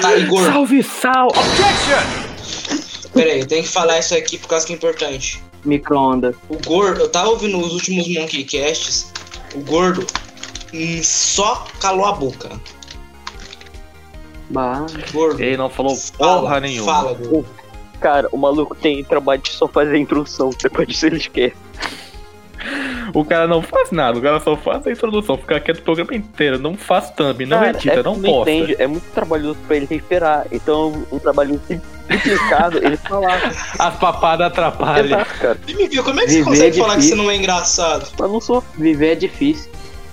tá, Igor. Salve, salve! Pera aí, eu tenho que falar isso aqui por causa que é importante. Micro-ondas. O Gordo, eu tava ouvindo os últimos Monkey Casts, o Gordo só calou a boca. Bah. Gordo. Ele não falou porra nenhuma. Fala, Gordo. Cara, o maluco tem trabalho de só fazer a introdução, depois disso ele esquece. O cara não faz nada, o cara só faz a introdução, fica quieto o programa inteiro, não faz thumb, não Cara, edita, não que posta. Entende, é muito trabalhoso pra ele respirar, então um trabalho simplificado, ele falar. As papadas atrapalham. Exato, cara. E me viu, como é que você Viver consegue é falar que difícil. você não é engraçado? Mas não sou. Viver é difícil.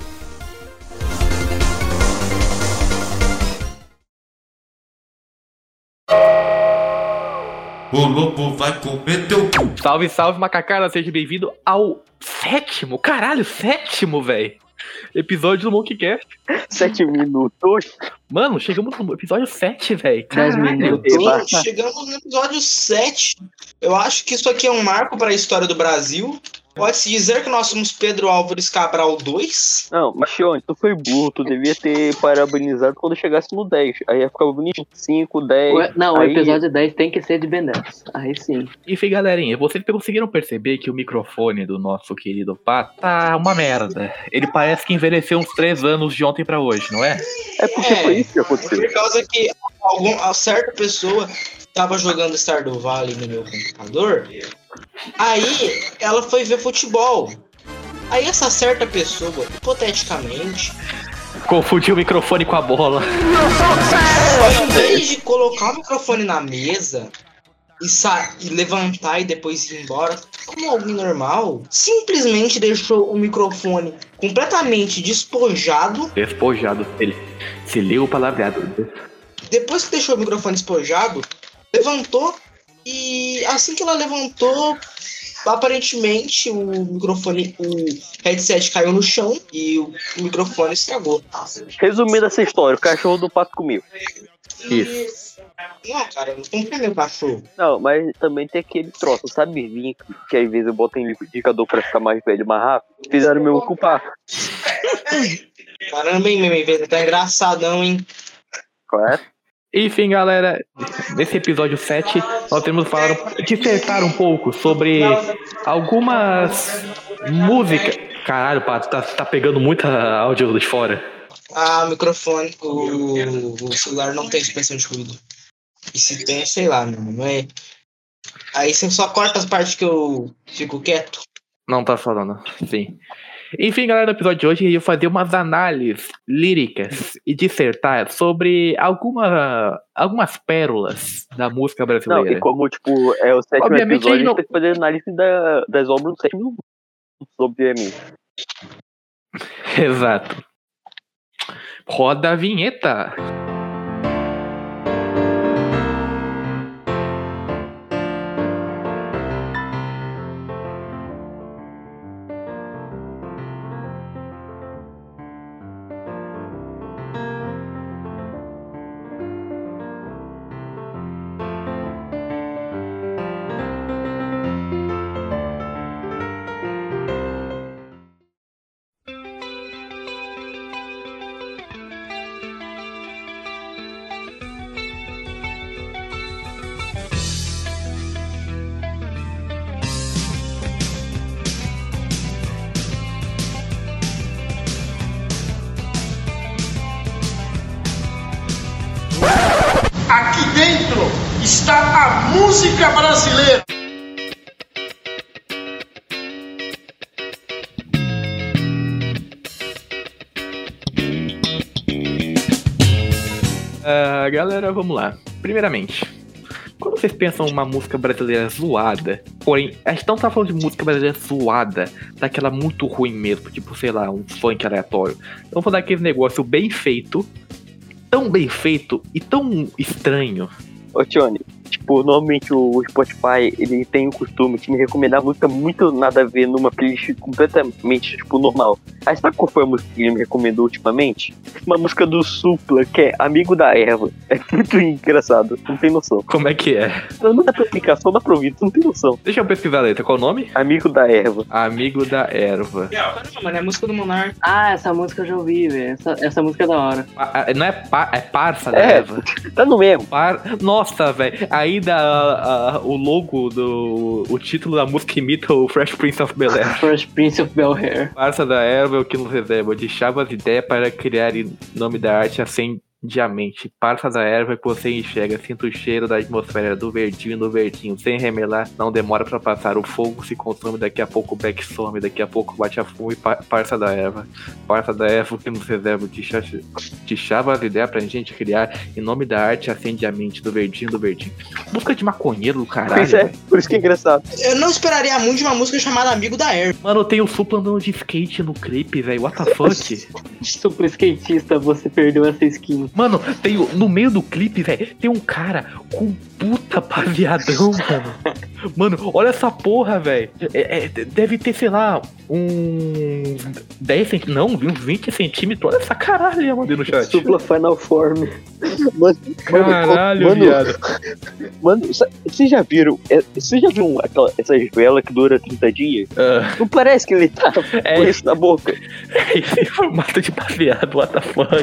O lobo vai comer teu cu. Salve, salve, macacada, seja bem-vindo ao sétimo, velho. Episódio do Monkey Cast. 7 minutos. Mano, chegamos no episódio 7, velho. 10 minutos. Sim, chegamos no episódio 7. Eu acho que isso aqui é um marco para a história do Brasil. Pode-se dizer que nós somos Pedro Álvares Cabral 2. Não, mas Xion, tu foi burro, tu devia ter parabenizado quando chegasse no 10. Aí ia ficar bonitinho. 5, 10. Não, o aí... episódio 10 tem que ser de Ben 10. Aí sim. Enfim, galerinha, vocês conseguiram perceber que o microfone do nosso querido Pá tá uma merda. Ele parece que envelheceu uns 3 anos de ontem pra hoje, não é? É porque foi isso que aconteceu. Por causa que a certa pessoa tava jogando Stardew Valley no meu computador. Aí ela foi ver futebol. Aí essa certa pessoa, hipoteticamente, Confundiu o microfone com a bola. ao invés de colocar o microfone na mesa e levantar e depois ir embora, como alguém normal, simplesmente deixou o microfone completamente despojado. Despojado. Ele se leu o palavreado. Depois que deixou o microfone despojado, levantou e assim que ela levantou, aparentemente o headset caiu no chão e o microfone estragou. Resumindo essa história, o cachorro do pato comigo. Isso. Não, cara, eu não comprei meu cachorro. Não, mas também tem aquele troço, sabe? Vinho que às vezes eu boto em liquidificador pra ficar mais velho, mais rápido. Fizeram me ocupar. Caramba, hein, meu tá engraçadão, hein? Claro. Enfim, galera, nesse episódio 7, nós temos dissertar um pouco sobre algumas músicas. Caralho, Pato, tá pegando muita áudio de fora. Ah, o microfone, o celular não tem suspensão de ruído. E se tem, sei lá, não é. Aí você só corta as partes que eu fico quieto. Não tá falando, sim. Enfim, galera, no episódio de hoje eu ia fazer umas análises líricas e dissertar sobre algumas pérolas da música Não, brasileira. e como, tipo, é o sétimo Obviamente, episódio, aí não- a gente tem que fazer análise das obras do sétimo, obviamente. Exato. Roda a vinheta. Aqui dentro está a música brasileira. Galera, vamos lá. Primeiramente, quando vocês pensam uma música brasileira zoada, porém, a gente não tá falando de música brasileira zoada, daquela muito ruim mesmo, tipo, sei lá, um funk aleatório. Então, falando daquele negócio bem feito, tão bem feito e tão estranho. Ô, Tione, tipo, normalmente o Spotify, ele tem o costume de me recomendar música muito nada a ver numa playlist completamente, tipo, normal. Aí sabe qual foi a música que ele me recomendou ultimamente? Uma música do Supla, que é Amigo da Erva. É muito engraçado, não tem noção. Como é que é? Não dá pra explicar, só dá pra ouvir, tu não tem noção. Deixa eu pesquisar a letra. Qual o nome? Amigo da Erva. Amigo da Erva. Caramba, mano, é a música do Monark. Ah, essa música eu já ouvi, velho. Essa música é da hora. Não é, é Parça da É. Erva? Tá no mesmo. Nossa, velho. Aí o logo o título da música imita o Fresh Prince of Bel-Air. Fresh Prince of Bel-Air. Parça da Erva é o que nos reserva. Deixava as ideias para criar em nome da arte assim diamente. Parça da erva que você enxerga. Sinto o cheiro da atmosfera do verdinho no verdinho. Sem remelar, não demora pra passar. O fogo se consome, daqui a pouco o beck some. Daqui a pouco bate a fumo e parça da erva. Parça da erva que nos reserva. Deixava as ideias pra gente criar em nome da arte acende a mente. Do verdinho no verdinho. Música de maconheiro do caralho. Pois é, por isso que é engraçado. Eu não esperaria muito de uma música chamada Amigo da Erva. Mano, tem o Supla andando de skate no clipe, velho. What the fuck? Super skatista, você perdeu essa skin. Mano, no meio do clipe, velho, tem um cara com puta paviadão, mano. Mano, olha essa porra, velho. Deve ter, sei lá, uns 10 centímetros, não, uns 20 centímetros. Olha essa caralho, mandei no chat. Supla Final Form. Caralho, viado. Mano, vocês já viram essas velas que duram 30 dias? Não parece que ele tá com isso na boca? Esse formato de paviado, what the fuck?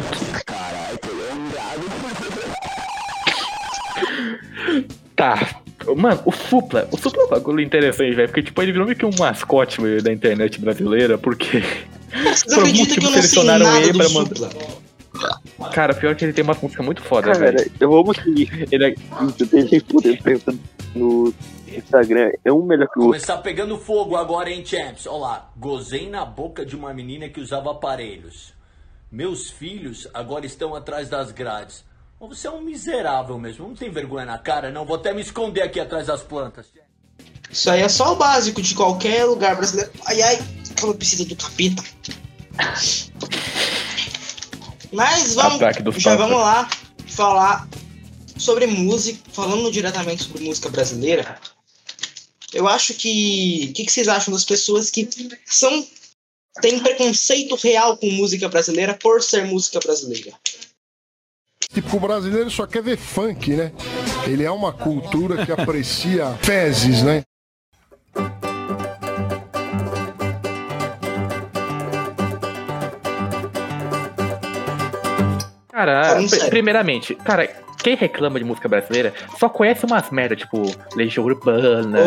Tá. Mano, o Supla é um bagulho interessante, velho. Porque, tipo, ele virou meio que um mascote meio da internet brasileira, porque. Vocês acreditam que eu não sei nada do Supla? Cara, pior que ele tem uma música muito foda, velho. Cara, eu amo que ele tem poder perguntando no Instagram, é um melhor que o outro. Começar pegando fogo agora, hein, champs? Olha lá, gozei na boca de uma menina que usava aparelhos. Meus filhos agora estão atrás das grades. Você é um miserável mesmo, não tem vergonha na cara, não? Vou até me esconder aqui atrás das plantas. Isso aí é só o básico de qualquer lugar brasileiro. Ai, ai, como precisa do capita. Mas vamos lá falar sobre música, falando diretamente sobre música brasileira. Eu acho que... O que vocês acham das pessoas que têm preconceito real com música brasileira por ser música brasileira? Tipo, o brasileiro só quer ver funk, né? Ele é uma cultura que aprecia fezes, né? Cara, primeiramente, cara, quem reclama de música brasileira só conhece umas merda, tipo Legião Urbana,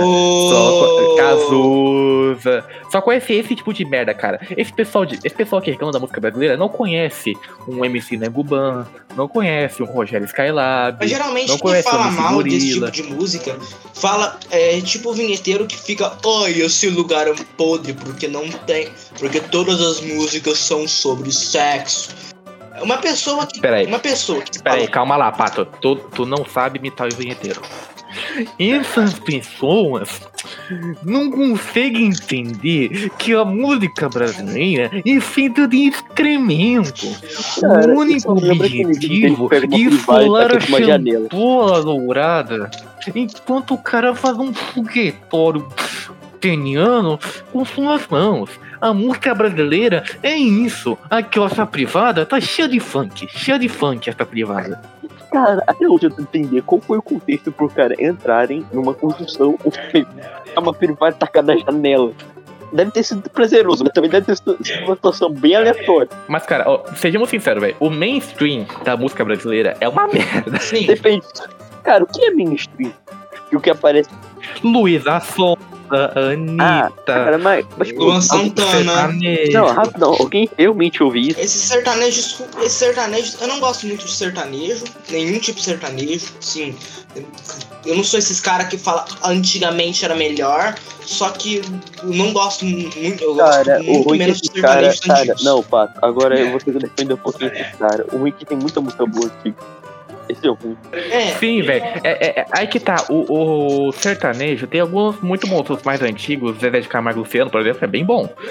Cazuza, só conhece esse tipo de merda, cara. Esse pessoal que reclama da música brasileira não conhece um MC Neguban, não conhece um Rogério Skylab. Mas geralmente não quem fala um mal Gorila. desse tipo de música fala, tipo o vinheteiro que fica, ai, esse lugar é podre, porque todas as músicas são sobre sexo. Uma pessoa que. Peraí, fala... calma lá, Pato. Tu não sabe imitar o vinheteiro. Essas pessoas não conseguem entender que a música brasileira é feita de excremento. Cara, o único objetivo é esfolar a champola dourada enquanto o cara faz um foguetório peniano com suas mãos. A música brasileira é isso. A classe privada tá cheia de funk essa privada. Cara, até hoje eu tento entender qual foi o contexto pro cara entrarem numa construção, uma privada tacar na janela. Deve ter sido prazeroso, mas também deve ter sido uma situação bem aleatória. Mas, cara, ó, sejamos sinceros, velho. O mainstream da música brasileira é uma merda. Sim. Depende. Cara, o que é mainstream? E o que aparece? Luísa Sonza, Anitta, cara, mas Luan Santana. Não, rapidão, alguém realmente ouve isso? Esse sertanejo, eu não gosto muito de sertanejo, nenhum tipo de sertanejo, sim. Eu não sou esses caras que falam antigamente era melhor, só que eu não gosto muito, eu cara, gosto muito menos de sertanejos antigos. Não, Pato, agora eu vou ter que defender um pouquinho esse cara. O ruim é que tem muita música boa antiga. Esse é o ruim. Sim, velho. Aí que tá. O sertanejo tem alguns muito bons, os mais antigos. Zezé de Camargo e Luciano, por exemplo, é bem bom.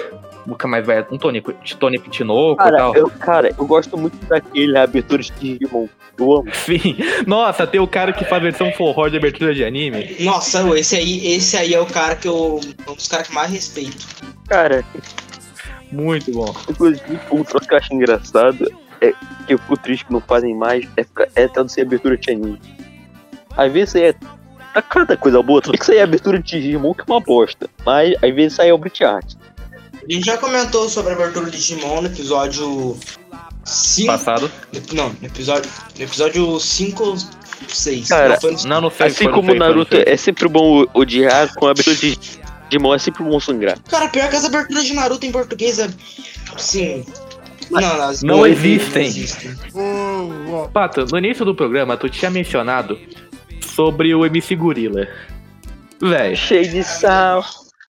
música mais velha, com Tony Tinoco e tal. Cara, eu gosto muito daquele abertura de Digimon. Eu amo. Sim. Nossa, tem o cara que faz versão forró de abertura de anime. Nossa, esse aí é o cara que um dos caras que mais respeito. Cara, muito bom. Inclusive, o troço que eu acho engraçado é que eu fico triste que não fazem mais, é traduzir abertura de anime. Às vezes tá cada coisa boa, tem que sair a abertura de Digimon que é uma bosta, mas às vezes sai o Brit Art. A gente já comentou sobre a abertura de Digimon no episódio 5. Passado? Não, no episódio 5 ou 6. Cara, não sei. Assim como o Naruto, é sempre bom odiar, com a abertura de Digimon é sempre bom sangrar. Cara, pior que as aberturas de Naruto em português é... Sim. Não existem. Pato, no início do programa, tu tinha mencionado sobre o MC Gorila. Véi. Cheio de sal.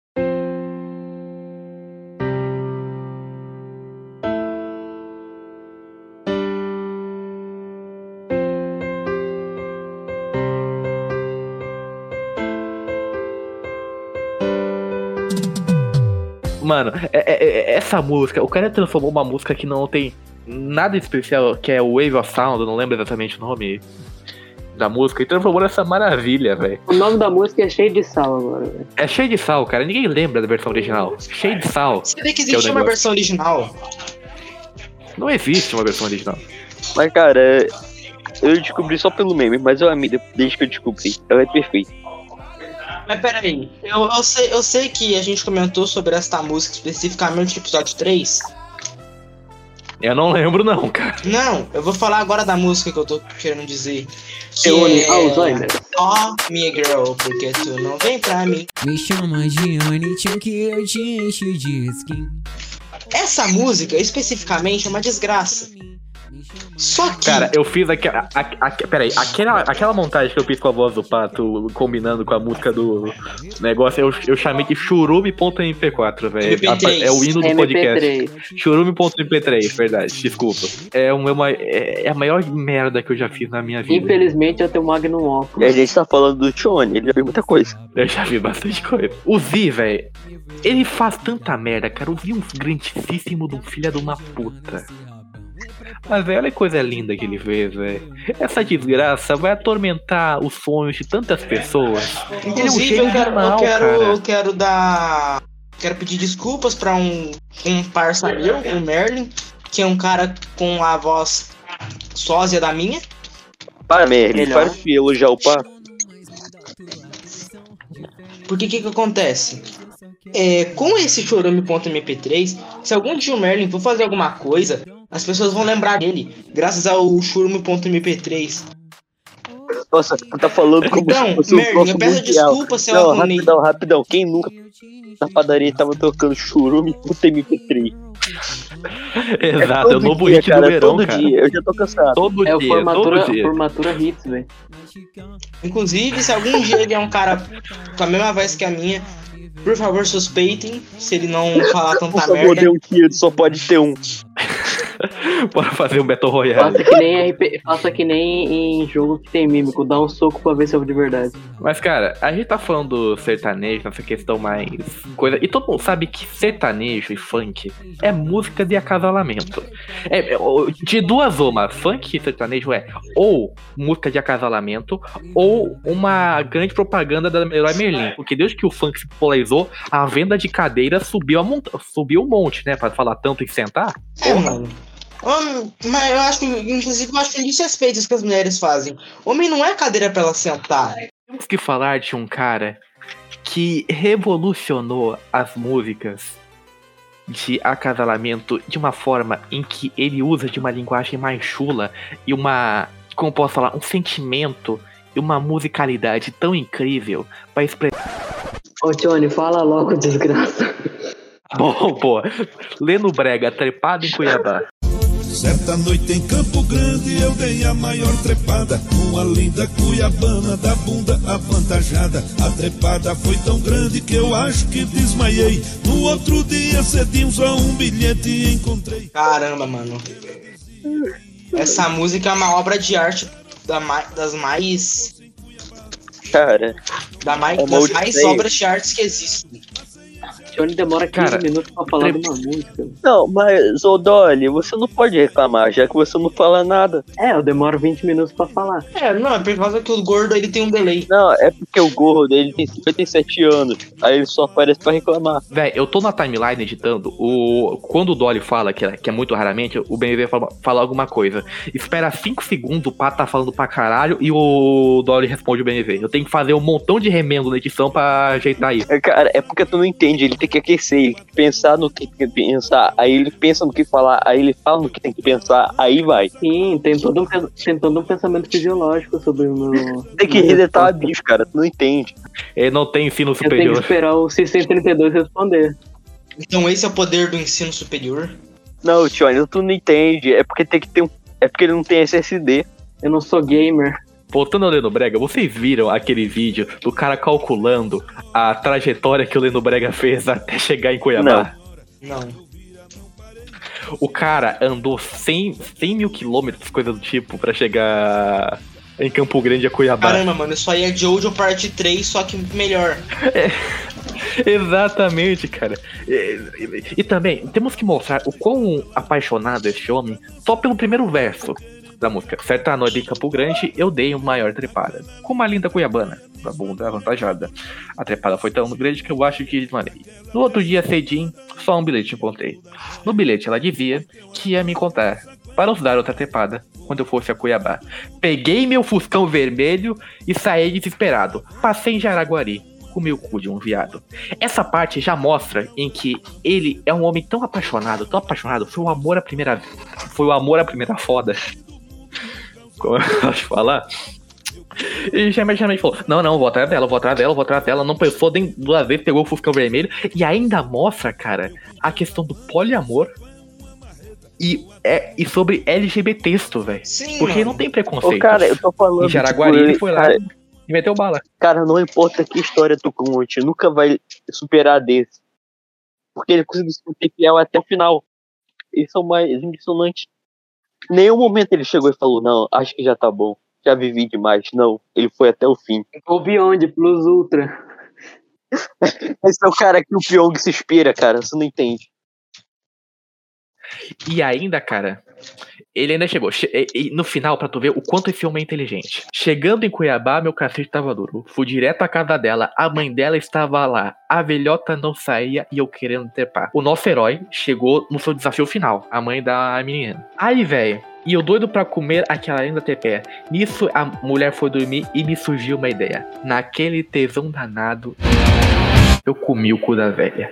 Mano, essa música, o cara transformou uma música que não tem nada especial, que é o Wave of Sound, eu não lembro exatamente o nome da música, e transformou nessa maravilha, velho. O nome da música é Cheio de Sal agora, velho. É cheio de sal, cara, ninguém lembra da versão original. Cheio de sal. Você vê que existe uma versão original? Não existe uma versão original. Mas, cara, eu descobri só pelo meme, mas eu amei desde que eu descobri. Ela é perfeita. Mas peraí, eu sei que a gente comentou sobre esta música especificamente no episódio 3. Eu não lembro não, cara. Não, eu vou falar agora da música que eu tô querendo dizer. Que Alzheimer. Oh, minha girl, porque tu não vem pra mim. Me chama de Anitta que eu te encho de skin. Essa música, especificamente, é uma desgraça. Só que... Cara, eu fiz peraí, aquela montagem que eu fiz com a voz do Pato, combinando com a música do negócio, eu chamei de churume.mp4, velho. É o hino do podcast. Churume.mp3, verdade, desculpa. É a maior merda que eu já fiz na minha vida. Infelizmente eu tenho Magnum Opus. E a gente tá falando do Tony, ele já fez muita coisa. Eu já vi bastante coisa. O Z, velho, ele faz tanta merda, cara. O Z é um grandíssimo de um filho de uma puta. Mas, velho, olha que coisa linda que ele fez, velho. Essa desgraça vai atormentar os sonhos de tantas pessoas. Inclusive, quero pedir desculpas pra um parça meu, o Merlin, que é um cara com a voz sósia da minha. Para, Merlin, para de elogiar o Pato. Porque o que acontece? Com esse Chorume.mp3, se algum dia o Merlin for fazer alguma coisa, as pessoas vão lembrar dele, graças ao Chorume.mp3. Nossa, tu tá falando como então, se fosse Merlin, eu peço desculpa se eu arrumei. Rapidão, quem nunca na padaria tava tocando Chorume.mp3? Exato, é o novo hit do verão, todo cara. Dia, eu já tô cansado. Todo dia, formatura hits, velho. Inclusive, se algum dia ele é um cara com a mesma voz que a minha, por favor, suspeitem, se ele não falar tanta por favor, merda. dê um tiro, só pode ter um. Bora fazer um Battle Royale. Faça que nem em jogo que tem mímico, dá um soco pra ver se é de verdade. Mas, cara, a gente tá falando do sertanejo, nessa questão mais coisa. E todo mundo sabe que sertanejo e funk é música de acasalamento. De duas uma, funk e sertanejo é ou música de acasalamento ou uma grande propaganda da Leroy Merlin. Porque desde que o funk se popularizou, a venda de cadeiras subiu um monte, né? Pra falar tanto em sentar. Mano. Mas eu acho que, inclusive, eu acho que é desrespeito isso que as mulheres fazem. Homem não é cadeira pra ela sentar. Temos que falar de um cara que revolucionou as músicas de acasalamento de uma forma em que ele usa de uma linguagem mais chula e como posso falar, um sentimento e uma musicalidade tão incrível pra expressar. Ô, Johnny, fala logo, desgraça. Bom, pô, Leno Brega, trepado em Cuiabá. Certa noite em Campo Grande eu dei a maior trepada, uma linda cuiabana da bunda avantajada. A trepada foi tão grande que eu acho que desmaiei. No outro dia cedinho só um bilhete encontrei. Caramba, mano. Essa música é uma obra de arte das mais... Cara... das mais obras de artes que existem. Tione demora 15 Cara, minutos pra falar de uma música. Não, mas, ô Dolly, você não pode reclamar, já que você não fala nada. Eu demoro 20 minutos pra falar. Não, é por causa que o gordo ele tem um delay. Não, é porque o gordo dele tem 57 anos, aí ele só aparece pra reclamar. Véi, eu tô na timeline editando, quando o Dolly fala, que é muito raramente, o BMV fala alguma coisa. Espera 5 segundos, o Pato tá falando pra caralho e o Dolly responde o BMV. Eu tenho que fazer um montão de remendo na edição pra ajeitar isso. Cara, é porque tu não entende, ele tem que aquecer, ele tem que pensar no que tem que pensar, aí ele pensa no que falar, aí ele fala no que tem que pensar, aí vai. Sim, tem todo um pensamento fisiológico sobre o meu... Tem que resetar a bicho, cara, tu não entende. Ele não tem ensino Eu tenho superior. que esperar o 632 responder. Então esse é o poder do ensino superior? Não, tio, tu não entende, é porque tem que ter é porque ele não tem SSD. Eu não sou gamer. Voltando ao Leno Brega, vocês viram aquele vídeo do cara calculando a trajetória que o Leno Brega fez até chegar em Cuiabá? Não. O cara andou 100 mil quilômetros, coisa do tipo, pra chegar em Campo Grande a Cuiabá. Caramba, mano, isso aí é Jojo parte 3, só que melhor. Exatamente, cara. E também, temos que mostrar o quão apaixonado é este homem só pelo primeiro verso da música. Certa noite em Campo Grande, eu dei uma maior trepada. Com uma linda cuiabana, da bunda avantajada. A trepada foi tão grande que eu acho que desmanei. No outro dia, cedinho, só um bilhete encontrei. No bilhete ela dizia que ia me contar para nos dar outra trepada quando eu fosse a Cuiabá. Peguei meu fuscão vermelho e saí desesperado. Passei em Jaraguari. Comi o cu de um viado. Essa parte já mostra em que ele é um homem tão apaixonado, foi o amor à primeira foda. Como eu gosto de falar. E já imediatamente falou, não, vou atrás dela, não pensou nem duas vezes, pegou o fuscão vermelho. E ainda mostra, cara, a questão do poliamor e sobre LGBTs, velho. Porque mano, não tem preconceito. Ô, cara, eu tô falando, em Jaraguari tipo, ele foi lá e meteu bala. Cara, não importa que história tu conte, nunca vai superar desse. Porque ele conseguiu se manter fiel até o final. Eles são mais impressionantes. Em nenhum momento ele chegou e falou, não, acho que já tá bom. Já vivi demais. Não, ele foi até o fim. O Beyond Plus Ultra. Esse é o cara que o Pyong se inspira, cara. Você não entende. E ainda, cara, ele ainda chegou. No final, pra tu ver o quanto esse homem é inteligente. Chegando em Cuiabá, meu cacete tava duro. Fui direto à casa dela, a mãe dela estava lá. A velhota não saía e eu querendo trepar. O nosso herói chegou no seu desafio final, a mãe da menina. Aí, velho, e eu doido pra comer aquela linda trepé. Nisso, a mulher foi dormir e me surgiu uma ideia. Naquele tesão danado, eu comi o cu da velha.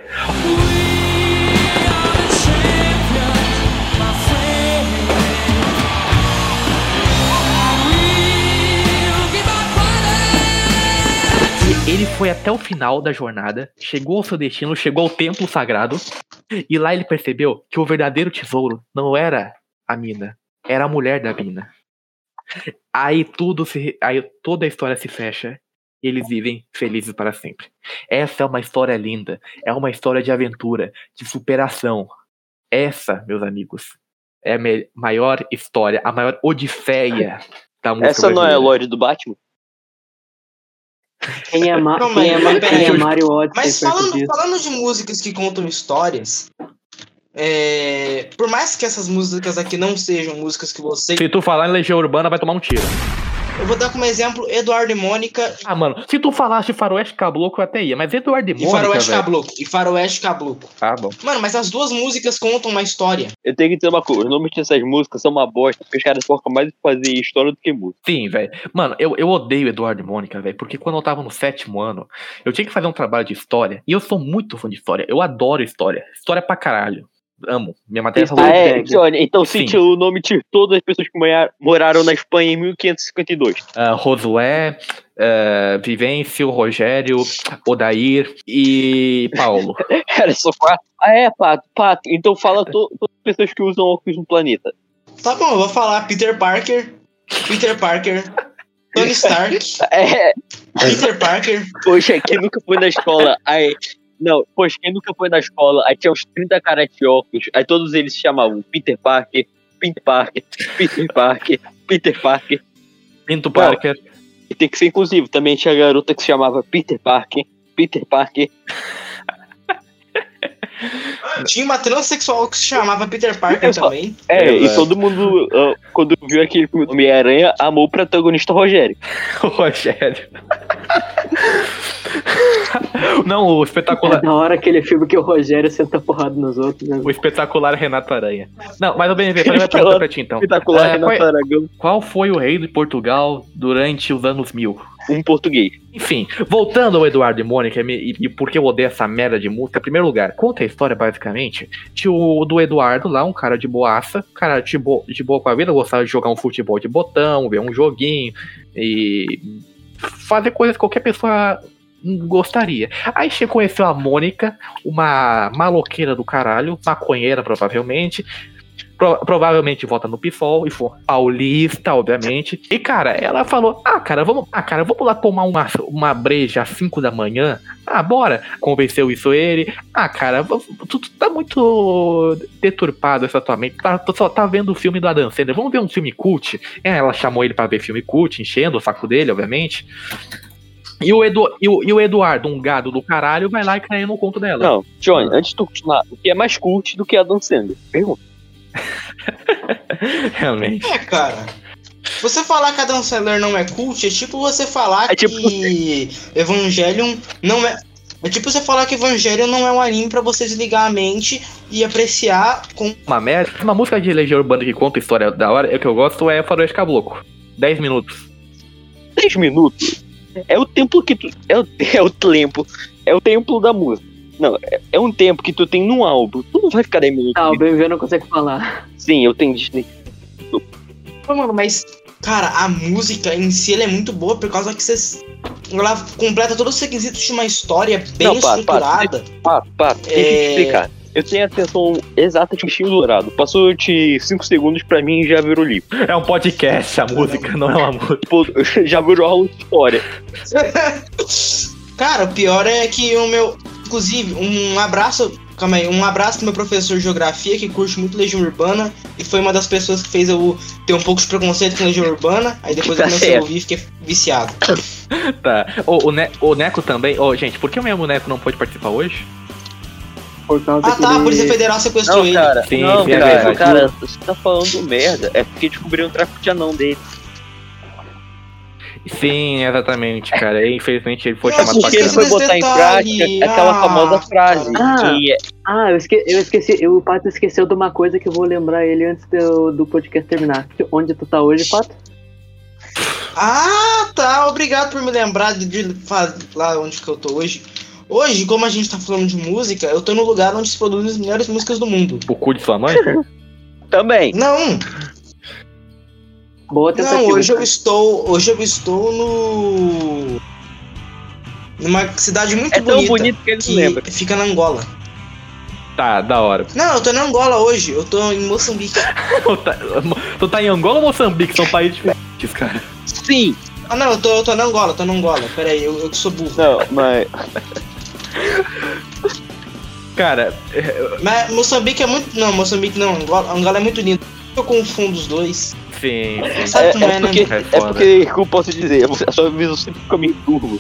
Ele foi até o final da jornada, chegou ao seu destino, chegou ao templo sagrado, e lá ele percebeu que o verdadeiro tesouro não era a mina, era a mulher da mina. Aí toda a história se fecha e eles vivem felizes para sempre. Essa é uma história linda, é uma história de aventura, de superação. Essa, meus amigos, é a maior história, a maior odisseia da música Essa não é a lore do Batman? Quem é Mario Odyssey? Mas falando de músicas que contam histórias, por mais que essas músicas aqui não sejam músicas que você... Se tu falar em Legião Urbana, vai tomar um tiro. Eu vou dar como exemplo Eduardo e Mônica. Ah, mano, se tu falasse Faroeste Caboclo, eu até ia, mas Eduardo e Mônica, E Faroeste Caboclo. Ah, bom. Mano, mas as duas músicas contam uma história. Eu tenho que dizer uma coisa, os nomes dessas músicas são uma bosta, porque os caras focam mais em fazer história do que música. Sim, velho. Mano, eu odeio Eduardo e Mônica, velho, porque quando eu tava no 7º ano, eu tinha que fazer um trabalho de história, e eu sou muito fã de história, eu adoro história. História pra caralho. Amo. Minha matéria favorita. Johnny, então cite o nome de todas as pessoas que moraram na Espanha em 1552. Josué, Vivêncio, Rogério, Odair e Paulo. Era só 4? Pato. Então fala todas as pessoas que usam óculos no planeta. Tá bom, eu vou falar Peter Parker, Tony Stark, Peter Parker. Poxa, quem nunca foi na escola? Quem nunca foi na escola, aí tinha uns 30 caras de óculos, aí todos eles se chamavam Peter Parker, Pinto Parker. Pinto Parker. E tem que ser inclusivo, também tinha a garota que se chamava Peter Parker. Tinha uma transexual que se chamava Peter Parker também. E todo mundo, quando viu aquele filme do Homem-Aranha, amou o protagonista Rogério. O Rogério. Não, o espetacular. Na hora aquele filme que o Rogério senta porrada nos outros. Né? O espetacular Renato Aranha. Não, mas o BNV, para minha pergunta pra ti então. Espetacular Renato Aragão. Qual foi o rei de Portugal durante os anos 1000? Um português. Enfim, voltando ao Eduardo e Mônica e por que eu odeio essa merda de música, em primeiro lugar, conta a história basicamente do Eduardo lá, um cara de boaça, cara de boa com a vida, gostava de jogar um futebol de botão, ver um joguinho e fazer coisas que qualquer pessoa gostaria. Aí conheceu a Mônica, uma maloqueira do caralho, maconheira provavelmente. Provavelmente vota no PSOL e for paulista, obviamente. E, cara, ela falou: vamos lá tomar uma breja às 5 da manhã. Bora. Convenceu isso ele. Cara, tu tá muito deturpado essa tua mente. Tu só tá vendo o filme do Adam Sandler. Vamos ver um filme cult? Ela chamou ele pra ver filme cult, enchendo o saco dele, obviamente. E o Eduardo, um gado do caralho, vai lá e cai no conto dela. Não, Johnny, antes de tu continuar, o que é mais cult do que Adam Sandler? Pergunta. Realmente. Cara. Você falar que Adam Sandler não é cult é tipo você falar que Evangelion não é. É tipo você falar que Evangelion não é um anime pra você desligar a mente e apreciar com. Uma merda. Uma música de Legião Urbana que conta a história da hora, o que eu gosto é Faroeste Caboclo. 10 minutos. 10 minutos? É o tempo que tu. É o tempo. É o templo da música. Não, é um tempo que tu tem num álbum. Tu não vai ficar 10 minutos. O BMV não consegue falar. Sim, eu tenho Disney. Mano, mas, cara, a música em si ela é muito boa por causa que ela completa todos os requisitos de uma história bem estruturada. Deixa eu te explicar. Eu tenho a atenção exata de Bichinho Dourado. Passou de 5 segundos pra mim e já virou livro. É um podcast, a música não é uma música. Pô, já virou aula de história. Cara, o pior é que o meu... Inclusive, um abraço pro meu professor de geografia que curte muito Legião Urbana e foi uma das pessoas que fez eu ter um pouco de preconceito com Legião Urbana. Aí depois eu comecei a ouvir e fiquei viciado. Tá. O Neco também. Gente, por que o mesmo Neco não pode participar hoje? Por causa a Polícia Federal sequestrou ele. Sim, cara, você tá falando merda. É porque descobriram o tráfico de anão dele. Sim, exatamente, cara. E, infelizmente ele foi chamado pra cana. Ele foi botar em prática aquela famosa frase. Eu esqueci. O Pato esqueceu de uma coisa que eu vou lembrar ele antes do podcast terminar. Onde tu tá hoje, Pato? Tá. Obrigado por me lembrar de falar onde que eu tô hoje. Hoje, como a gente tá falando de música, eu tô no lugar onde se produzem as melhores músicas do mundo. O cu de sua mãe? Também. Não. Boa tentativa. Não, hoje eu estou numa cidade muito bonita. É tão bonito que eles lembram. Fica na Angola. Tá, da hora. Não, eu tô na Angola hoje. Eu tô em Moçambique. Tu tá em Angola ou Moçambique? São países diferentes, cara. Sim. Não, eu tô na Angola, Pera aí, eu que sou burro. Não, mas... Cara... Mas Moçambique é muito... Não, Moçambique não. Angola é muito lindo. Eu confundo os dois. Sim. Sabe como é, né? É porque, como eu posso dizer, a sua visão sempre fica meio turvo.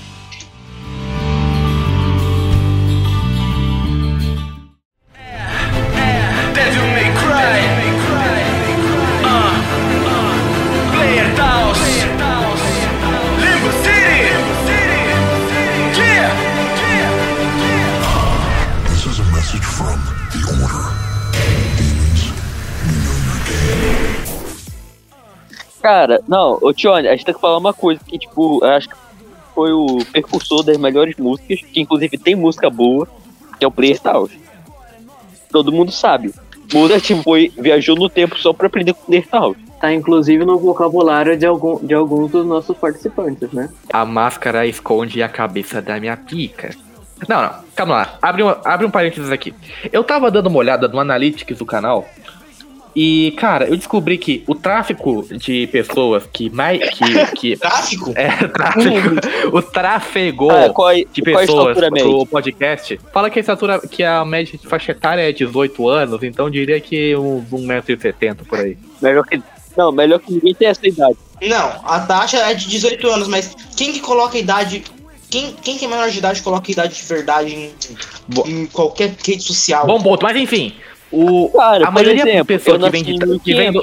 Cara, não, ô Tione, a gente tem que falar uma coisa que, tipo, eu acho que foi o precursor das melhores músicas, que inclusive tem música boa, que é o Player Taos. Todo mundo sabe. Muda, tipo, viajou no tempo só pra aprender com o Player Taos. Tá inclusive no vocabulário de alguns dos nossos participantes, né? A máscara esconde a cabeça da minha pica. Não, calma lá. Abre um parênteses aqui. Eu tava dando uma olhada no Analytics do canal. E, cara, eu descobri que o tráfico de pessoas que mais... Tráfico? Tráfico. O tráfego de pessoas pro podcast fala que a média de faixa etária é 18 anos, então eu diria que uns 1,70m por aí. Melhor que ninguém tem essa idade. Não, a taxa é de 18 anos, mas quem que coloca a idade Quem que é menor de idade coloca idade de verdade em qualquer rede social? Bom ponto, mas enfim. Cara, A maioria das exemplo, pessoas eu que vem nasci que vem do...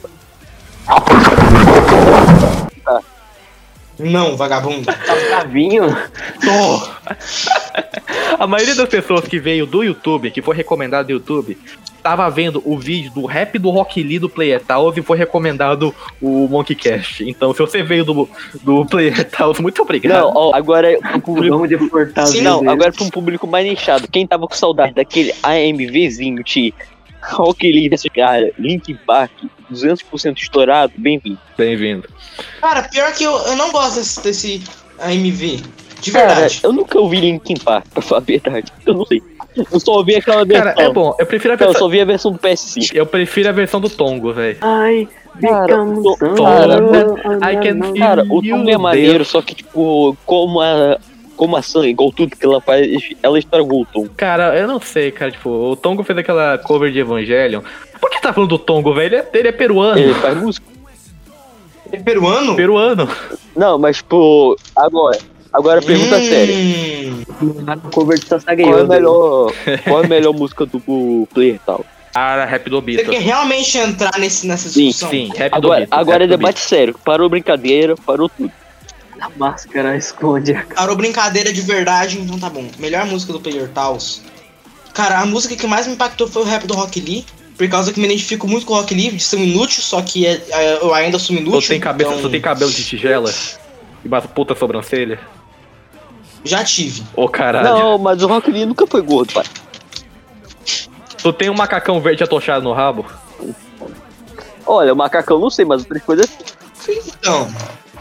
Não, vagabundo. Tavinho? A maioria das pessoas que veio do YouTube, que foi recomendado do YouTube, tava vendo o vídeo do rap do Rock Lee do Player Taos e foi recomendado o Monkey Cast. Então, se você veio do Player Taos, muito obrigado. Não, ó, agora pro público. Vamos de Fortaleza. Não, agora pra um público mais nichado. Quem tava com saudade daquele AMVzinho de Rock Lee desse cara, Linkin Park, 200% estourado, bem-vindo. Bem-vindo. Cara, pior que eu não gosto desse AMV. De Cara, verdade. eu nunca ouvi Linkin Park, pra falar a verdade. Eu não sei. Eu só ouvi aquela versão. Cara, é bom. Eu prefiro a Não, eu versão... só ouvi a versão do PS5. Eu prefiro a versão do Tongo, velho. Ai, Cara, Cara, o Tom é maneiro, só que, tipo, como a Sam, igual tudo que ela faz, ela estragou o Tom. Cara, eu não sei, cara. Tipo, o Tongo fez aquela cover de Evangelion. Por que tá falando do Tongo, velho? Ele é peruano. Ele faz música. É peruano? Peruano. Não, mas, tipo, agora pergunta séria. Cover de Sasage Qual é a melhor música do Player tal? Ah, rap do Você Obito. quer realmente entrar nessa discussão? Sim, rap do Obito. Agora é rap do debate sério. Parou brincadeira, parou tudo. A máscara esconde a cara. Parou brincadeira de verdade, então tá bom. Melhor música do Player Taos. Cara, a música que mais me impactou foi o rap do Rock Lee. Por causa que me identifico muito com o Rock Lee, de ser um inútil, só que eu ainda sou inútil. Tu tem cabelo de tigela? E uma puta sobrancelha? Já tive. Ô, caralho. Não, mas o Rock Lee nunca foi gordo, pai. Tu tem um macacão verde atochado no rabo? Olha, o macacão não sei, mas outras coisas. Então.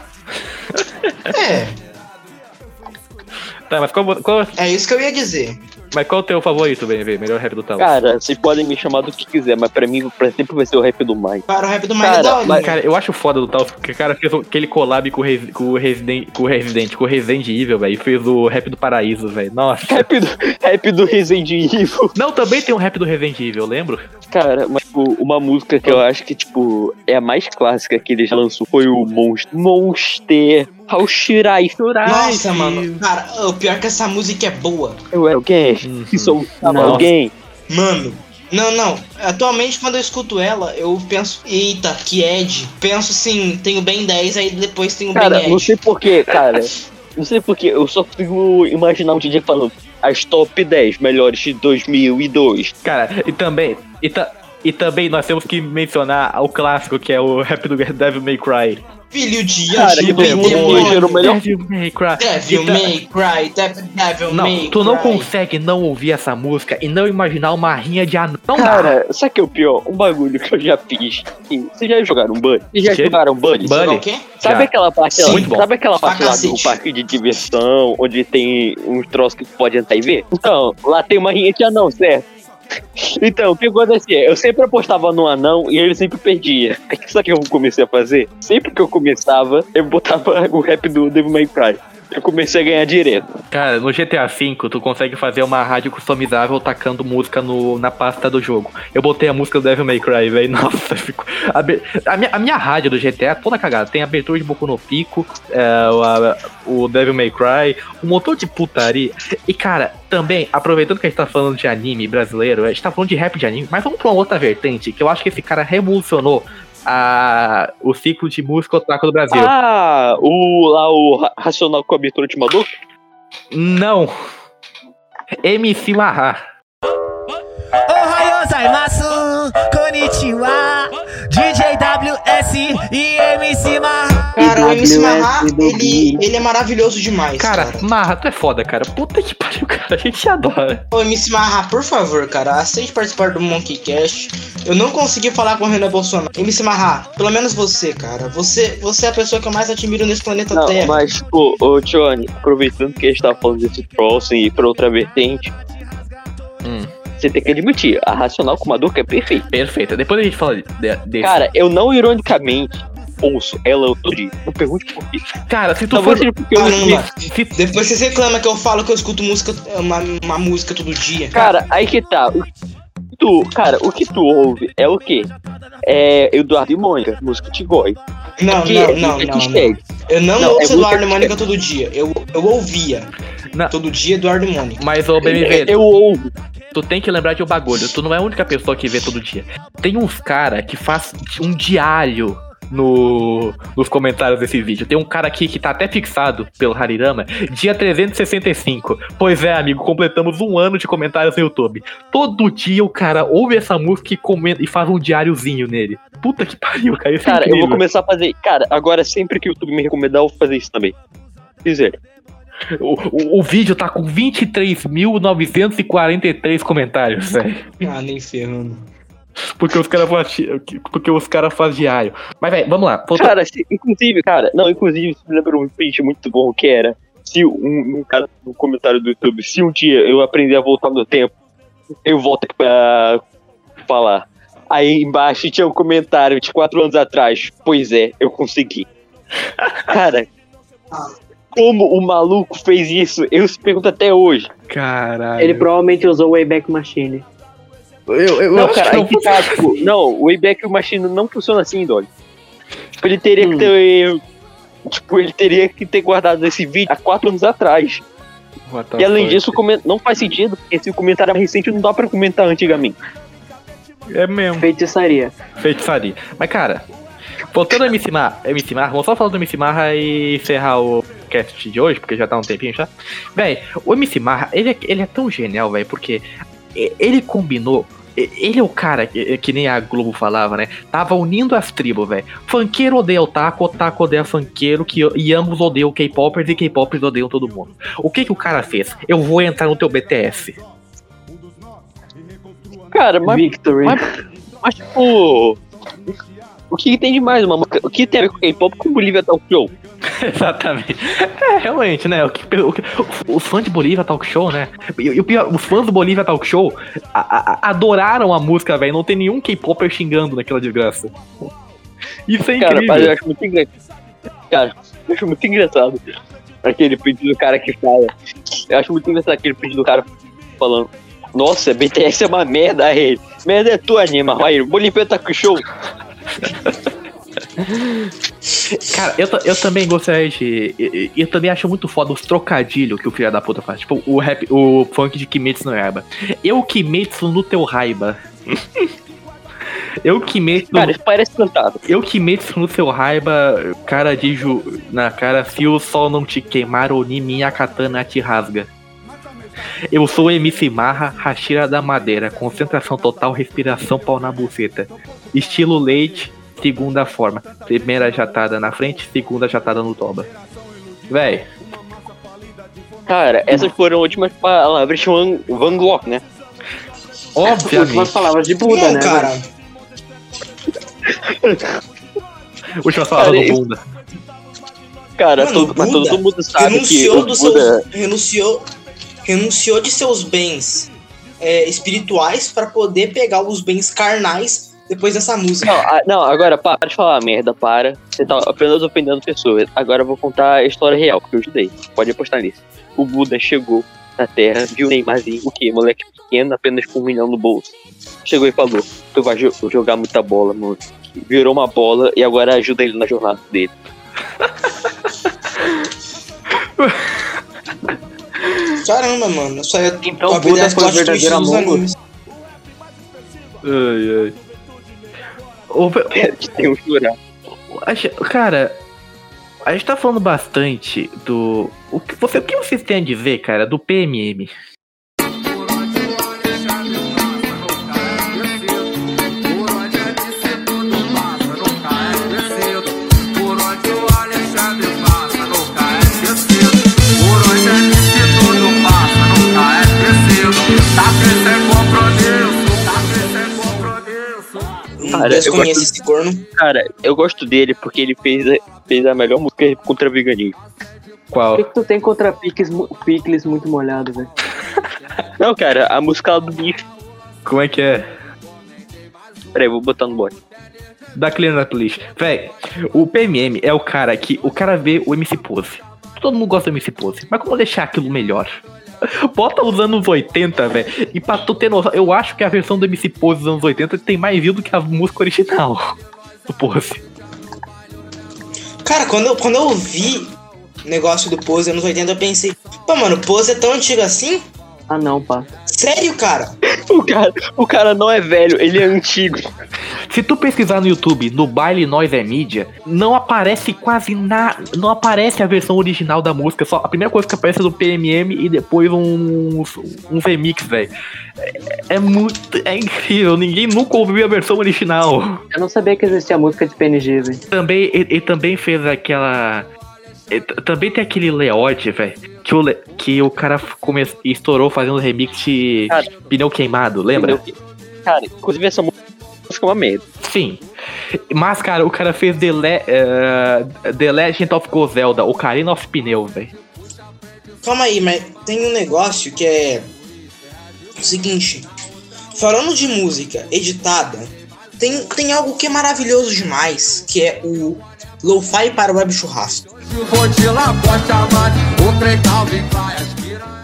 Tá, mas qual É isso que eu ia dizer. Mas qual é o teu favorito, BNV? Melhor rap do Taos? Cara, vocês podem me chamar do que quiser, mas pra mim, pra sempre vai ser o rap do Mike. Cara, o rap do Mike é da hora. Mas, cara, eu acho foda do Taos, porque o cara fez aquele collab com o Resident Evil, velho, e fez o rap do Paraíso, velho. Nossa. Rap do Resident Evil. Não, também tem um rap do Resident Evil, eu lembro? Cara, mas tipo, uma música que eu acho que, tipo, é a mais clássica que ele já lançou foi o Monster. How should I? Nossa, mano. Cara, o pior é que essa música é boa. Eu era alguém? Que sou alguém? Mano. Não. Atualmente, quando eu escuto ela, eu penso, eita, que Ed. Penso assim, tenho bem 10, aí depois tenho bem Ed. Cara, não sei porquê, cara. Não sei porquê, eu só consigo imaginar um DJ falando as top 10 melhores de 2002. Cara, e também nós temos que mencionar o clássico, que é o rap do Devil May Cry. Filho de Cara, que demônio. o melhor. Devil May Cry. Devil May Cry. Devil Não, May tu não Cry. consegue não ouvir essa música e não imaginar uma rinha de anão. Cara, sabe o que é o pior? Um bagulho que eu já fiz. Vocês já jogaram Bunny? Vocês já Que? jogaram Bunny? Jogar o quê? Sabe Já. aquela parte Sim, lá? muito bom. Sabe aquela parte lá do cacete. parque de diversão, onde tem uns troços que tu pode entrar e ver? Então, lá tem uma rinha de anão, certo? Então, o que acontecia? Eu sempre apostava no anão e ele sempre perdia. Aí, sabe o que eu comecei a fazer? Sempre que eu começava, eu botava o rap do Devil May Cry. Eu comecei a ganhar direto. Cara, no GTA V tu consegue fazer uma rádio customizável tacando música na pasta do jogo. Eu botei a música do Devil May Cry, velho. Nossa, ficou. A minha rádio do GTA é toda cagada. Tem abertura de Boku no Pico, o Devil May Cry, um montão de putaria. E cara, também, aproveitando que a gente tá falando de anime brasileiro, a gente tá falando de rap de anime, mas vamos pra uma outra vertente, que eu acho que esse cara revolucionou o ciclo de música otaku do Brasil. Ah, o Racional com a abertura de Madoka? Não. MC Marra. Ohayou gozaimasu, konnichiwa, DJ WS e MC Marra. Cara, o MC Marra, ele é maravilhoso demais. Cara, Marra, tu é foda, cara. Puta que pariu, cara. A gente adora. Ô, MC Marra, por favor, cara, aceite participar do Monkey Cast. Eu não consegui falar com o Renan Bolsonaro. MC Marra, pelo menos você, cara. Você é a pessoa que eu mais admiro nesse planeta Não, Terra. mas, tipo, ô Johnny, aproveitando que a gente tava falando desse troço e ir pra outra vertente, você tem que admitir, a Racional com Madoka é perfeita. Perfeita. Depois a gente fala desse. Cara, eu não ironicamente ouço ela todo dia. Não pergunte por quê. Cara, se tu Talvez for... seja porque eu Caramba, depois vocês reclamam que eu falo que eu escuto música, uma música todo dia. Cara, aí que tá. O que tu ouve é o quê? É Eduardo e Mônica, música de Goi. Não. Eu não ouço Eduardo e Mônica todo dia. Eu ouvia. Todo dia Eduardo e Mônica. Mas, ô, BMV, eu ouvo. Tu tem que lembrar de um bagulho. Tu não é a única pessoa que vê todo dia. Tem uns cara que faz um diário nos comentários desse vídeo. Tem um cara aqui que tá até fixado pelo Harirama. Dia 365. Pois é, amigo, completamos 1 ano de comentários no YouTube. Todo dia o cara ouve essa música e comenta e faz um diáriozinho nele. Puta que pariu, cara. Isso é incrível. Eu vou começar a fazer. Cara, agora sempre que o YouTube me recomendar, eu vou fazer isso também. Dizer. O vídeo tá com 23.943 comentários, velho. Ah, nem ferrando. Porque os caras fazem diário. Mas, velho, vamos lá. Cara, inclusive, isso me lembra um print muito bom que era: se um cara no comentário do YouTube, se um dia eu aprender a voltar no tempo, eu volto pra falar. Aí embaixo tinha um comentário de 4 anos atrás. Pois é, eu consegui. Cara, como o maluco fez isso? Eu se pergunto até hoje. Caralho. Ele provavelmente usou o Wayback Machine. Não, cara, aí que tá, tipo, não, o Wayback Machine não funciona assim, Dolly. Tipo, ele teria que ter. Tipo, ele teria que ter guardado esse vídeo há 4 anos atrás. E além disso, não faz sentido, porque se o comentário é recente, não dá pra comentar antigamente. É mesmo. Feitiçaria. Mas, cara, voltando a MC Marra, vamos só falar do MC Marra e encerrar o cast de hoje, porque já tá um tempinho já. Véi, o MC Marra, ele é tão genial, velho, porque ele combinou. Ele é o cara que nem a Globo falava, né? Tava unindo as tribos, velho. Funkeiro odeia otaku odeia funkeiro, e ambos odeiam K-popers e K-popers odeiam todo mundo. O que o cara fez? Eu vou entrar no teu BTS. Cara, mas tipo, o que tem de mais uma música? O que tem a ver com K-pop com Bolívia Talk Show? Exatamente. Realmente, né? Os fãs de Bolívia Talk Show, né? E o pior, os fãs do Bolívia Talk Show adoraram a música, velho. Não tem nenhum K-popper xingando naquela desgraça. Isso é incrível. Cara, mas eu acho muito engraçado. Cara, eu acho muito engraçado aquele vídeo do cara que fala. Eu acho muito engraçado aquele vídeo do cara falando: nossa, BTS é uma merda, aí. Merda é tua, Anima. Aí, Bolívia Talk Show. Cara, eu também gostaria de. Eu também acho muito foda os trocadilhos que o filho da puta faz. Tipo, o funk de Kimetsu no Yaiba. Eu Kimetsu no teu raiba. Cara, isso parece cantado. Eu Kimetsu no seu raiba, cara de na cara, se o sol não te queimar, Oni minha katana te rasga. Eu sou MC Marra, Hashira da Madeira, concentração total, respiração, pau na buceta. Estilo leite, segunda forma. Primeira jatada na frente, segunda jatada no toba. Véi. Cara, essas foram as últimas palavras de Van Gogh, né? Obviamente. As últimas palavras de Buda, né? Cara. Últimas palavras do Buda. Cara, todo mundo sabe que o Buda... Renunciou de seus bens espirituais pra poder pegar os bens carnais depois dessa música. Não, agora para de falar merda, para. Você tá apenas ofendendo pessoas. Agora eu vou contar a história real que eu ajudei. Pode apostar nisso. O Buda chegou na Terra, viu o Neymarzinho, o quê? Moleque pequeno, apenas com 1 milhão no bolso. Chegou e falou: tu vai jogar muita bola, mano. Virou uma bola e agora ajuda ele na jornada dele. Caramba, mano. Isso aí então o Buda foi o verdadeiro amor. Ai. Tem um chorar. Cara, a gente tá falando bastante do... O que vocês têm a dizer, cara, do PMM? Cara, eu gosto dele porque ele fez a melhor música contra veganismo. Qual? Por que tu tem contra picles muito molhados, velho? Não, cara, a música do bicho. Como é que é? Peraí, vou botar no bot. Dá clear na playlist. Véi, o PMM é o cara que... O cara vê o MC Pose. Todo mundo gosta do MC Pose. Mas como deixar aquilo melhor? Bota os anos 80, velho. E pra tu ter noção, eu acho que a versão do MC Pose dos anos 80 tem mais view do que a música original do Pose. Cara, quando eu vi o negócio do Pose anos 80, eu pensei, pô, mano, o Pose é tão antigo assim? Ah, não, pá. Sério, cara? O cara não é velho, ele é antigo. Se tu pesquisar no YouTube, no Baile Nós é Mídia, não aparece quase nada. Não aparece a versão original da música. Só a primeira coisa que aparece é do PMM e depois um remix, velho. É incrível. Ninguém nunca ouviu a versão original. Eu não sabia que existia música de PNG, velho. Ele também fez aquela. Também tem aquele Leote, velho. Que o cara estourou fazendo remix de Pneu Queimado, lembra? Cara, inclusive essa música é uma merda. Sim. Mas, cara, o cara fez The Legend of Zelda, Ocarina of Pneu, velho. Calma aí, mas tem um negócio que é o seguinte. Falando de música editada, tem algo que é maravilhoso demais, que é o Lo-Fi para web churrasco. Vou te lá, pode chamar, o trem calvo vai aspirar.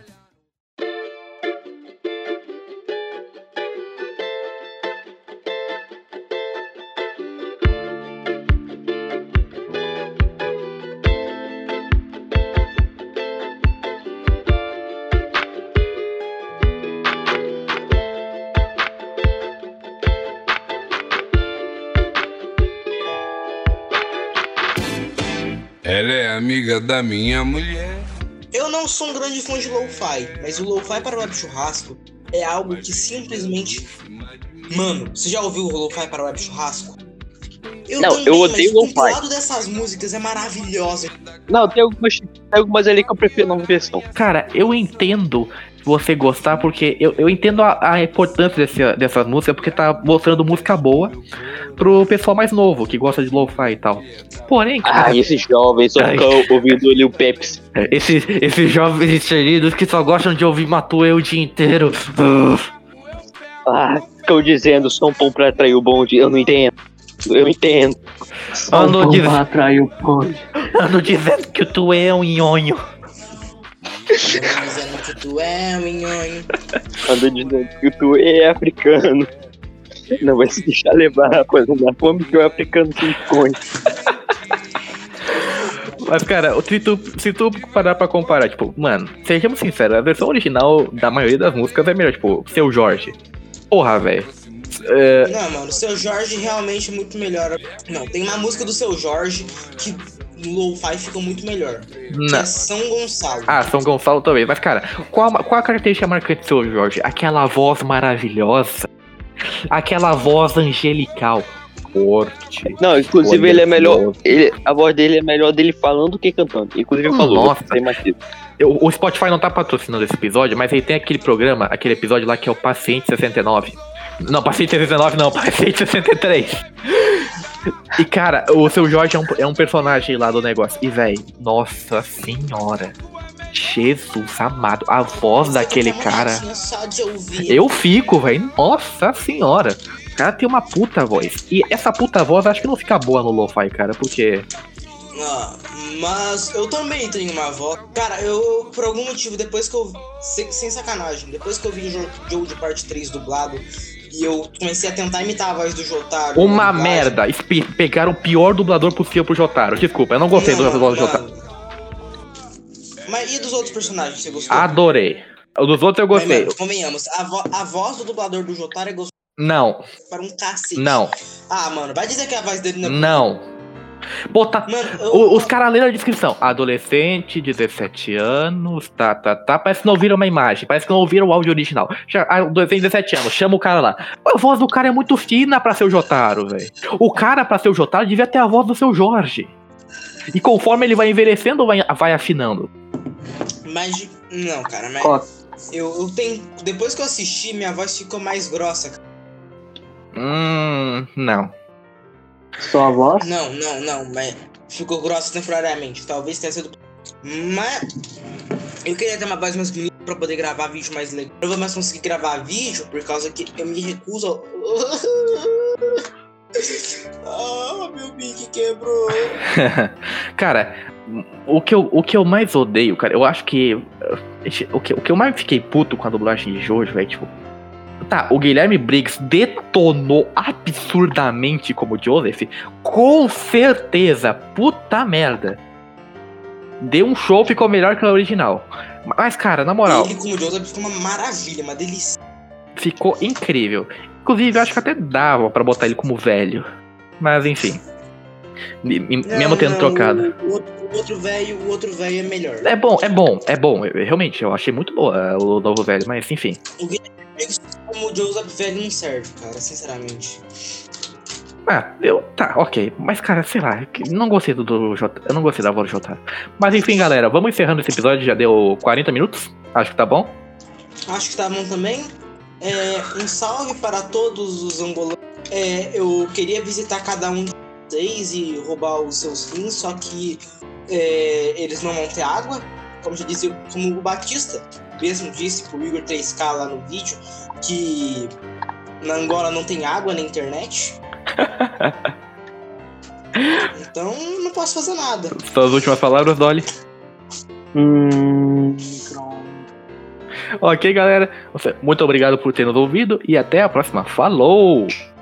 Ela é amiga da minha mulher. Eu não sou um grande fã de lo-fi, mas o lo-fi para web churrasco é algo que simplesmente... Mano, você já ouviu o lo-fi para web churrasco? Eu odeio lo-fi. O lado dessas músicas é maravilhoso. Não, tem algumas ali que eu prefiro nova versão. Cara, eu entendo você gostar, porque eu entendo a importância dessas músicas, porque tá mostrando música boa pro pessoal mais novo, que gosta de lo-fi e tal. Porém, cara... esses jovens só ficam ouvindo ali o Pepsi. Esses jovens inseridos que só gostam de ouvir Matuê o dia inteiro. Ficam dizendo som bom pra atrair o bonde, eu não entendo. Ando dizendo que tu é um nhonho. Dizendo que tu é um nhonho. Ando dizendo que tu é africano. Não vai se deixar levar, rapaz, não dá fome que o africano se esconde. Mas, cara, se tu parar pra comparar, tipo, mano, sejamos sinceros, a versão original da maioria das músicas é melhor, tipo, Seu Jorge. Porra, velho. Não, mano, o Seu Jorge realmente é muito melhor. Não, tem uma música do Seu Jorge que no lo-fi fica muito melhor. Que é São Gonçalo. São Gonçalo também. Mas, cara, qual a característica marcante do Seu Jorge? Aquela voz maravilhosa. Aquela voz angelical. Forte. Não, inclusive ele é melhor. A voz dele é melhor dele falando do que cantando. Inclusive ele falou. Nossa. O Spotify não tá patrocinando esse episódio, mas ele tem aquele programa, aquele episódio lá que é o Paciente 69. Não, Paciente 69 não, Paciente 63. E, cara, o Seu Jorge é um personagem lá do negócio. E, velho, nossa senhora. Jesus amado. A voz daquele cara. Eu fico, velho. Nossa senhora. O cara tem uma puta voz. E essa puta voz acho que não fica boa no lo-fi, cara, porque... Mas eu também tenho uma voz. Cara, eu por algum motivo, depois que eu... Sem sacanagem. Depois que eu vi o jogo de parte 3 dublado... E eu comecei a tentar imitar a voz do Jotaro. Uma merda. Pegaram o pior dublador possível pro Jotaro. Desculpa, eu não gostei do voz do Jotaro. Mas e dos outros personagens, você gostou? Adorei. Dos outros eu gostei. Mas, convenhamos, a voz do dublador do Jotaro é gostosa. Não. Para um cacete. Não. Mano, vai dizer que a voz dele não é... Não. Pô, os caras leram a descrição. Adolescente, 17 anos, parece que não ouviram uma imagem, parece que não ouviram o áudio original. Adolescente, 17 anos, chama o cara lá. A voz do cara é muito fina pra ser o Jotaro, velho. O cara, pra ser o Jotaro, devia ter a voz do Seu Jorge. E conforme ele vai envelhecendo, vai afinando. Mas, não, cara, mas... Eu tenho... Depois que eu assisti, minha voz ficou mais grossa, cara. Não. Sua voz? Não, mas ficou grossa temporariamente. Talvez tenha sido... Mas eu queria ter uma voz mais bonita pra poder gravar vídeo mais legal. Eu não vou mais conseguir gravar vídeo por causa que eu me recuso meu bico quebrou. Cara, o que eu mais odeio, cara, eu acho que... O que eu mais fiquei puto com a dublagem de Jojo é, tipo... Tá, o Guilherme Briggs detonou absurdamente como Joseph, com certeza, puta merda. Deu um show, ficou melhor que o original. Mas, cara, na moral... Ele como Joseph ficou uma maravilha, uma delícia. Ficou incrível. Inclusive, eu acho que até dava pra botar ele como velho. Mas, enfim. Mesmo tendo trocado. O outro velho é melhor. É bom. Realmente, eu achei muito boa o novo velho, mas enfim. O Guilherme Briggs como Joseph velho não serve, cara, sinceramente. Tá, ok. Mas, cara, sei lá, não gostei do J. Eu não gostei da voz do J. Mas enfim, galera, vamos encerrando esse episódio, já deu 40 minutos. Acho que tá bom. Acho que tá bom também. Um salve para todos os angolanos. Eu queria visitar cada um de vocês e roubar os seus rins, só que eles não vão ter água. Como já disse, como o Batista mesmo disse pro Igor 3K lá no vídeo, que na Angola não tem água na internet. Então não posso fazer nada. Suas últimas palavras, Dolly? Ok, galera. Muito obrigado por ter nos ouvido e até a próxima. Falou!